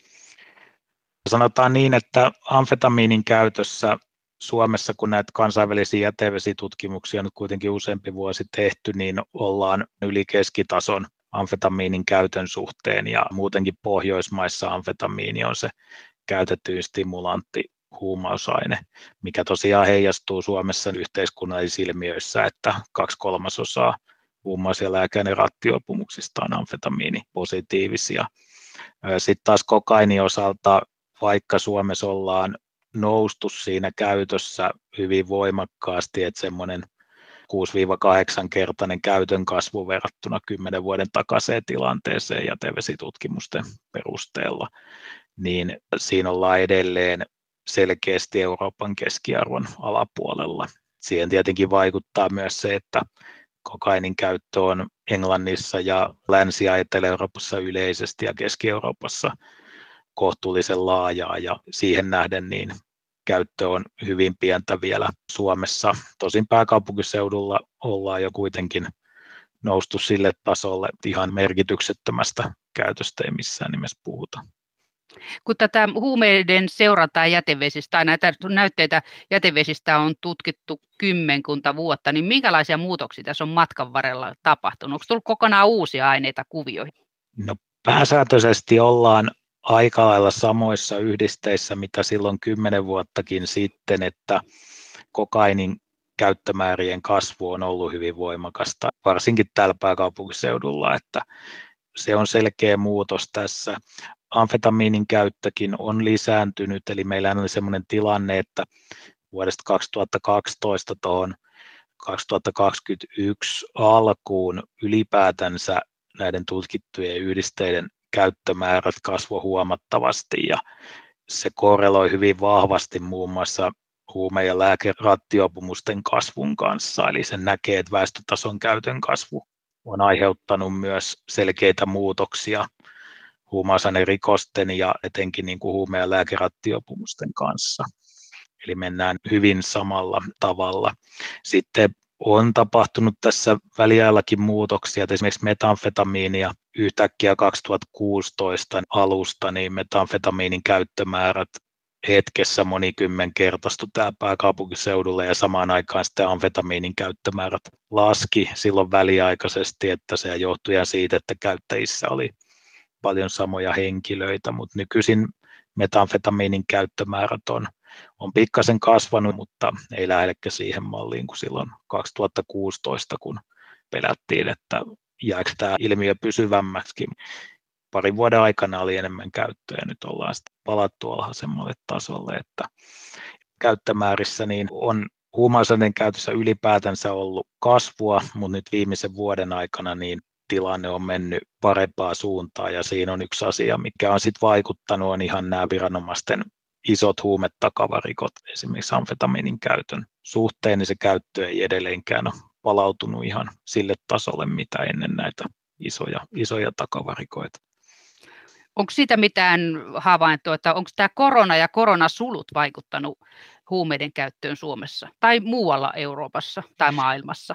Sanotaan niin, että amfetamiinin käytössä Suomessa, kun näitä kansainvälisiä jätevesitutkimuksia on nyt kuitenkin useampi vuosi tehty, niin ollaan yli keskitason amfetamiinin käytön suhteen ja muutenkin Pohjoismaissa amfetamiini on se käytetty stimulantti huumausaine, mikä tosiaan heijastuu Suomessa yhteiskunnallisissa ilmiöissä, että 2/3 huumaus- ja lääkeainerattijuopumuksista on amfetamiinipositiivisia. Sitten taas kokainin osalta, vaikka Suomessa ollaan noustu siinä käytössä hyvin voimakkaasti, että semmoinen 6-8-kertainen käytön kasvu verrattuna 10 vuoden takaiseen tilanteeseen jätevesitutkimusten perusteella, niin siinä ollaan edelleen selkeästi Euroopan keskiarvon alapuolella. Siihen tietenkin vaikuttaa myös se, että kokainin käyttö on Englannissa ja Länsi- ja Etelä-Euroopassa yleisesti ja Keski-Euroopassa kohtuullisen laajaa ja siihen nähden niin käyttö on hyvin pientä vielä Suomessa. Tosin pääkaupunkiseudulla ollaan jo kuitenkin noustu sille tasolle, että ihan merkityksettömästä käytöstä ei missään nimessä puhuta. Kun tätä huumeiden seurantaa jätevesistä tai näitä näytteitä jätevesistä on tutkittu kymmenkunta vuotta, niin minkälaisia muutoksia tässä on matkan varrella tapahtunut? Onko tullut kokonaan uusia aineita kuvioihin? No, pääsääntöisesti ollaan aika lailla samoissa yhdisteissä, mitä silloin 10 vuottakin sitten, että kokainin käyttömäärien kasvu on ollut hyvin voimakasta, varsinkin täällä pääkaupunkiseudulla, että se on selkeä muutos tässä. Amfetamiinin käyttökin on lisääntynyt, eli meillä oli sellainen tilanne, että vuodesta 2012 tuohon 2021 alkuun ylipäätänsä näiden tutkittujen yhdisteiden käyttömäärät kasvoi huomattavasti ja se korreloi hyvin vahvasti muun muassa huume- ja lääkerattijuopumusten kasvun kanssa, eli sen näkee, että väestötason käytön kasvu on aiheuttanut myös selkeitä muutoksia huumausainerikosten ja etenkin niin kuin huume- ja lääkerattijuopumusten kanssa. Eli mennään hyvin samalla tavalla. Sitten on tapahtunut tässä väliajallakin muutoksia, että esimerkiksi metamfetamiinia yhtäkkiä 2016 alusta, niin metamfetamiinin käyttömäärät hetkessä monikymmenkertaistui täällä pääkaupunkiseudulla ja samaan aikaan sitten amfetamiinin käyttömäärät laski silloin väliaikaisesti, että se johtui siitä, että käyttäjissä oli paljon samoja henkilöitä, mutta nykyisin metamfetamiinin käyttömäärät on pikkasen kasvanut, mutta ei lähellekään siihen malliin kuin silloin 2016, kun pelättiin, että jääkö tämä ilmiö pysyvämmäksi. Parin vuoden aikana oli enemmän käyttöä ja nyt ollaan sitten palattu alhaisemmalle tasolle, että käyttömäärissä niin on huumausaineiden käytössä ylipäätänsä ollut kasvua, mutta nyt viimeisen vuoden aikana niin tilanne on mennyt parempaa suuntaan ja siinä on yksi asia, mikä on sitten vaikuttanut, on ihan nämä viranomaisten isot huumetakavarikot, esimerkiksi amfetamiinin käytön suhteen, niin se käyttö ei edelleenkään ole palautunut ihan sille tasolle, mitä ennen näitä isoja takavarikoita. Onko siitä mitään havaintoa, että onko tämä korona ja koronasulut vaikuttanut huumeiden käyttöön Suomessa tai muualla Euroopassa tai maailmassa?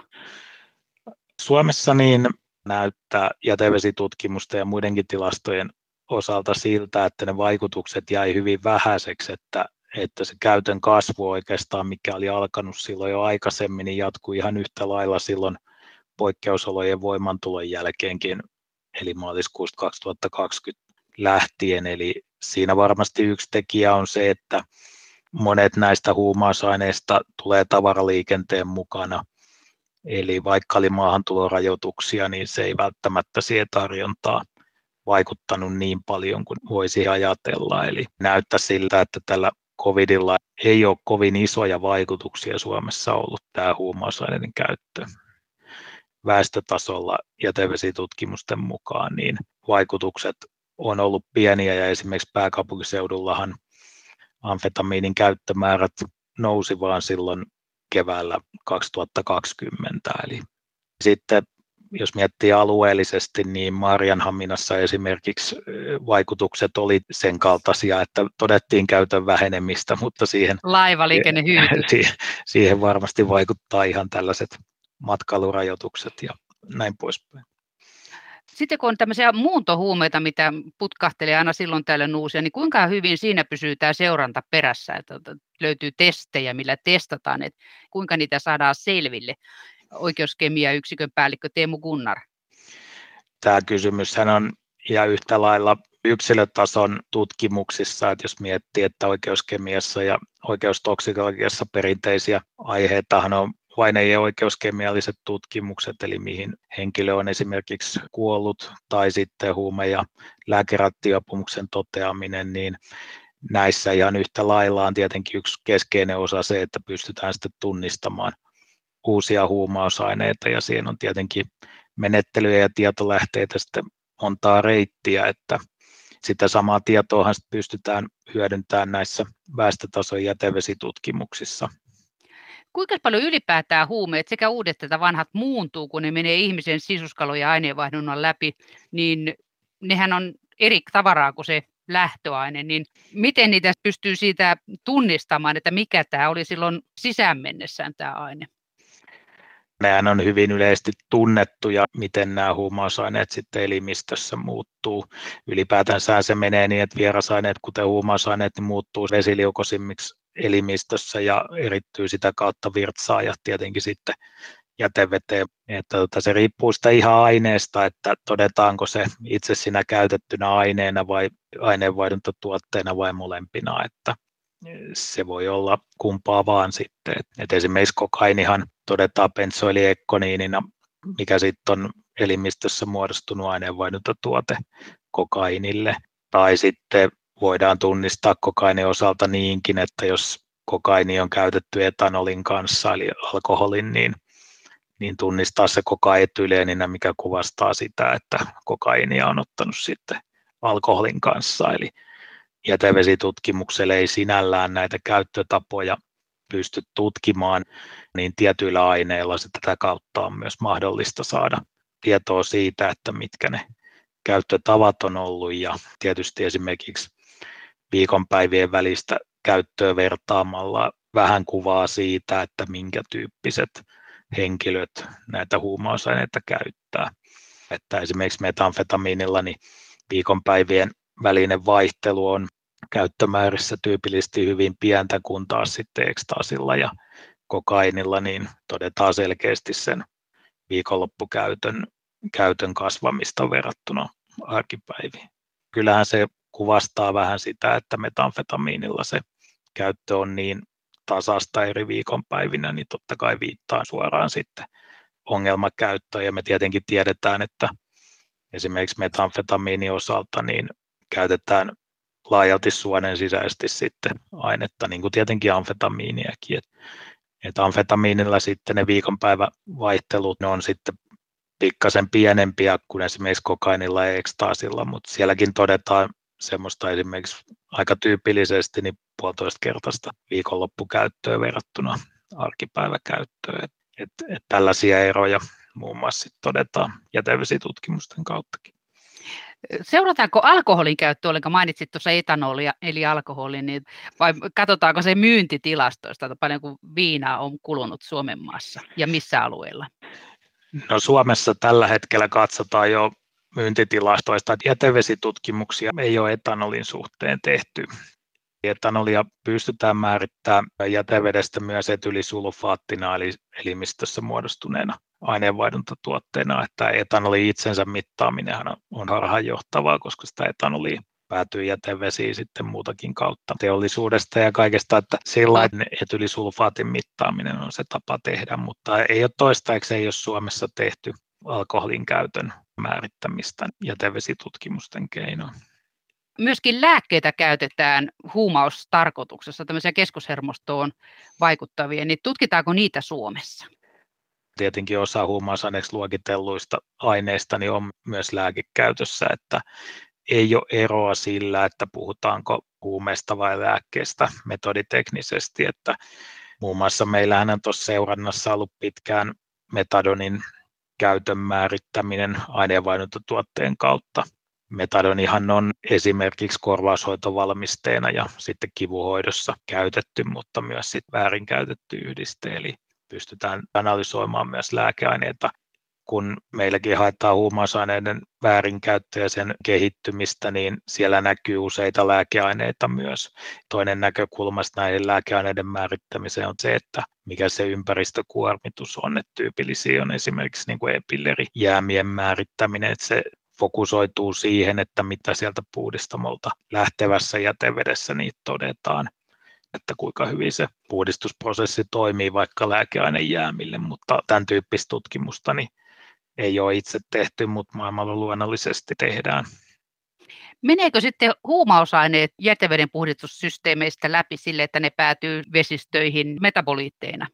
Suomessa niin näyttää jätevesitutkimusten ja muidenkin tilastojen osalta siltä, että ne vaikutukset jäi hyvin vähäiseksi, että se käytön kasvu oikeastaan, mikä oli alkanut silloin jo aikaisemmin, niin jatkui ihan yhtä lailla silloin poikkeusolojen voimantulon jälkeenkin, eli maaliskuusta 2020 lähtien. Eli siinä varmasti yksi tekijä on se, että monet näistä huumausaineista tulee tavaraliikenteen mukana. Eli vaikka oli maahantulorajoituksia, niin se ei välttämättä siihen tarjontaa vaikuttanut niin paljon kuin voisi ajatella. Eli näyttää siltä, että tällä covidilla ei ole kovin isoja vaikutuksia Suomessa ollut tämä huumausaineiden käyttö. Väestötasolla jätevesitutkimusten mukaan niin vaikutukset on ollut pieniä ja esimerkiksi pääkaupunkiseudullahan amfetamiinin käyttömäärät nousi vaan silloin keväällä 2020. Eli sitten jos miettii alueellisesti, niin Maarianhaminassa esimerkiksi vaikutukset oli sen kaltaisia, että todettiin käytön vähenemistä, mutta laivaliikenne hyytyi. Siihen varmasti vaikuttaa ihan tällaiset matkailurajoitukset ja näin poispäin. Sitten kun on tämmöisiä muuntohuumeita, mitä putkahtelee aina silloin tällöin uusia, niin kuinka hyvin siinä pysyy tämä seuranta perässä, että löytyy testejä, millä testataan, että kuinka niitä saadaan selville? Oikeuskemia-yksikön päällikkö Teemu Gunnar. Tämä kysymyshän on ja yhtä lailla yksilötason tutkimuksissa, että jos miettii, että oikeuskemiassa ja oikeustoksikologiassa perinteisiä aiheitahan on vain ja oikeuskemialliset tutkimukset, eli mihin henkilö on esimerkiksi kuollut, tai sitten huume- ja lääkerattijuopumuksen toteaminen, niin näissä ihan yhtä lailla on tietenkin yksi keskeinen osa se, että pystytään sitten tunnistamaan uusia huumausaineita, ja siihen on tietenkin menettelyjä ja tietolähteitä sitten montaa reittiä, että sitä samaa tietoahan pystytään hyödyntämään näissä väestötason jätevesitutkimuksissa. Kuinka paljon ylipäätään huumeet, sekä uudet että vanhat, muuntuu, kun ne menee ihmisen sisuskalo- ja aineenvaihdunnan läpi, niin nehän on eri tavaraa kuin se lähtöaine, niin miten niitä pystyy siitä tunnistamaan, että mikä tämä oli silloin sisään mennessään tämä aine? Nehän on hyvin yleisesti tunnettuja, miten nämä huumausaineet sitten elimistössä muuttuu. Ylipäätänsä se menee niin, että vierasaineet, kuten huumausaineet, niin muuttuu vesiliukoisimmiksi elimistössä ja erittyy sitä kautta virtsaa ja tietenkin sitten jäteveteen. Että se riippuu sitä ihan aineesta, että todetaanko se itse siinä käytettynä aineena vai aineenvaihduntatuotteena vai molempina, että se voi olla kumpaa vaan sitten. Et esimerkiksi kokainihan todetaan bensoyliekkoniinina, mikä sitten on elimistössä muodostunut aineenvaihduntatuote kokainille. Tai sitten voidaan tunnistaa kokainin osalta niinkin, että jos kokaini on käytetty etanolin kanssa, eli alkoholin, niin tunnistaa se kokaetyleeninä, mikä kuvastaa sitä, että kokainia on ottanut sitten alkoholin kanssa. Eli jätevesitutkimukselle ei sinällään näitä käyttötapoja pysty tutkimaan, niin tietyillä aineilla se tätä kautta on myös mahdollista saada tietoa siitä, että mitkä ne käyttötavat on ollut, ja tietysti esimerkiksi viikonpäivien välistä käyttöä vertaamalla vähän kuvaa siitä, että minkä tyyppiset henkilöt näitä huumausaineita käyttää. Että esimerkiksi metamfetamiinilla niin viikonpäivien välinen vaihtelu on käyttömäärissä tyypillisesti hyvin pientä, kun taas sitten ekstaasilla ja kokainilla niin todetaan selkeästi sen viikonloppukäytön kasvamista verrattuna arkipäiviin. Kyllähän se kuvastaa vähän sitä, että metamfetamiinilla se käyttö on niin tasasta eri viikonpäivinä, niin totta kai viittaa suoraan sitten ongelmakäyttöön. Ja me tietenkin tiedetään, että esimerkiksi metamfetamiinin osalta niin käytetään laajalti suonen sisäisesti sitten ainetta, niin kuin tietenkin amfetamiiniakin. Että amfetamiinilla sitten ne viikonpäivävaihtelut ne on sitten pikkasen pienempiä kuin esimerkiksi kokainilla ja ekstaasilla, mutta sielläkin todetaan semmoista esimerkiksi aika tyypillisesti niin 1,5-kertaista viikonloppukäyttöä verrattuna arkipäiväkäyttöön. Et tällaisia eroja muun muassa todetaan jätevesitutkimusten kauttakin. Seurataanko alkoholin käyttö, olenko mainitsit tuossa etanolia eli alkoholin, niin, vai katsotaanko se myyntitilastoista, että paljonko viinaa on kulunut Suomen maassa ja missä alueella? No Suomessa tällä hetkellä katsotaan jo myyntitilastoista, että jätevesitutkimuksia ei ole etanolin suhteen tehty. Etanolia pystytään määrittämään jätevedestä myös etylisulfaattina eli elimistössä muodostuneena aineenvaihduntatuotteena, että etanoli itsensä mittaaminenhan on harhaanjohtavaa, koska sitä etanolia päätyy jätevesiin sitten muutakin kautta teollisuudesta ja kaikesta, että sellainen etylisulfaatin mittaaminen on se tapa tehdä, mutta ei ole toistaiseksi, ei ole Suomessa tehty alkoholin käytön määrittämistä jätevesitutkimusten keinoin. Myöskin lääkkeitä käytetään huumaustarkoituksessa, tämmöisiä keskushermostoon vaikuttavia, niin tutkitaanko niitä Suomessa? Tietenkin osa huumausaineeksi luokitelluista aineista niin on myös lääkekäytössä, että ei ole eroa sillä, että puhutaanko huumeesta vai lääkkeestä metoditeknisesti, että muun muassa meillähän on tuossa seurannassa ollut pitkään metadonin käytön määrittäminen aineenvaihduntotuotteen kautta. Metadonihan on esimerkiksi korvaushoitovalmisteena ja sitten kivunhoidossa käytetty, mutta myös sitten väärinkäytetty yhdiste, eli pystytään analysoimaan myös lääkeaineita. Kun meilläkin haetaan huumausaineiden väärinkäyttöä ja sen kehittymistä, niin siellä näkyy useita lääkeaineita myös. Toinen näkökulma näiden lääkeaineiden määrittämiseen on se, että mikä se ympäristökuormitus on. Että tyypillisiä on esimerkiksi niin kuin epillerijäämien määrittäminen, että se fokusoituu siihen, että mitä sieltä puhdistamolta lähtevässä jätevedessä niitä todetaan, että kuinka hyvin se puhdistusprosessi toimii vaikka lääkeainejäämille, mutta tämän tyyppistä tutkimusta niin ei ole itse tehty, mutta maailmalla luonnollisesti tehdään. Meneekö sitten huumausaineet jäteveden puhdistussysteemeistä läpi sille, että ne päätyy vesistöihin metaboliitteina?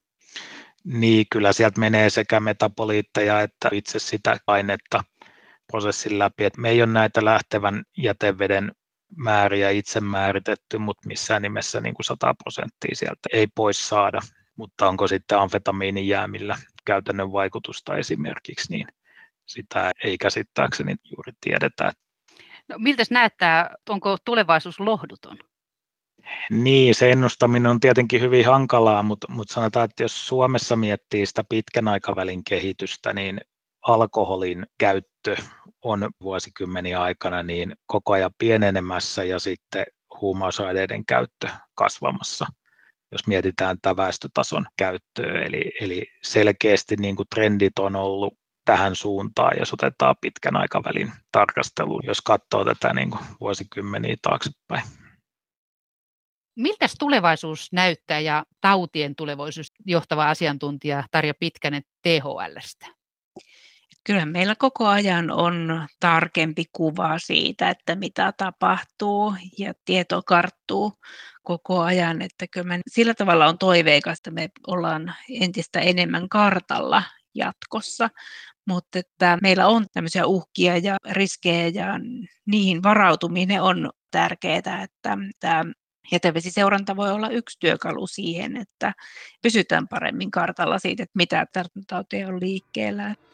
Niin, kyllä sieltä menee sekä metaboliitteja että itse sitä ainetta prosessin läpi. Et me ei ole näitä lähtevän jäteveden määriä itse määritetty, mutta missään nimessä niin kuin 100% sieltä ei pois saada. Mutta onko sitten amfetamiinijäämillä käytännön vaikutusta esimerkiksi, niin sitä ei käsittääkseni juuri tiedetä. No, miltäs näyttää, onko tulevaisuus lohduton? Niin, se ennustaminen on tietenkin hyvin hankalaa, mutta sanotaan, että jos Suomessa miettii sitä pitkän aikavälin kehitystä, niin alkoholin käyttö on vuosikymmeniä aikana niin koko ajan pienenemässä ja sitten huumausaineiden käyttö kasvamassa, jos mietitään tätä väestötason käyttöä. Eli selkeästi niin kuin trendit on ollut tähän suuntaan, jos otetaan pitkän aikavälin tarkastelu, jos katsoo tätä niin kuin vuosikymmeniä taaksepäin. Miltäs tulevaisuus näyttää ja tautien tulevaisuus johtava asiantuntija Tarja Pitkänen THL:stä? Kyllä meillä koko ajan on tarkempi kuva siitä, että mitä tapahtuu ja tieto karttuu koko ajan. Että kyllä sillä tavalla on toiveikasta, että me ollaan entistä enemmän kartalla jatkossa, mutta että meillä on tämmöisiä uhkia ja riskejä ja niihin varautuminen on tärkeää, että tämä jätevesiseuranta voi olla yksi työkalu siihen, että pysytään paremmin kartalla siitä, että mitä tartuntatauteja on liikkeellä.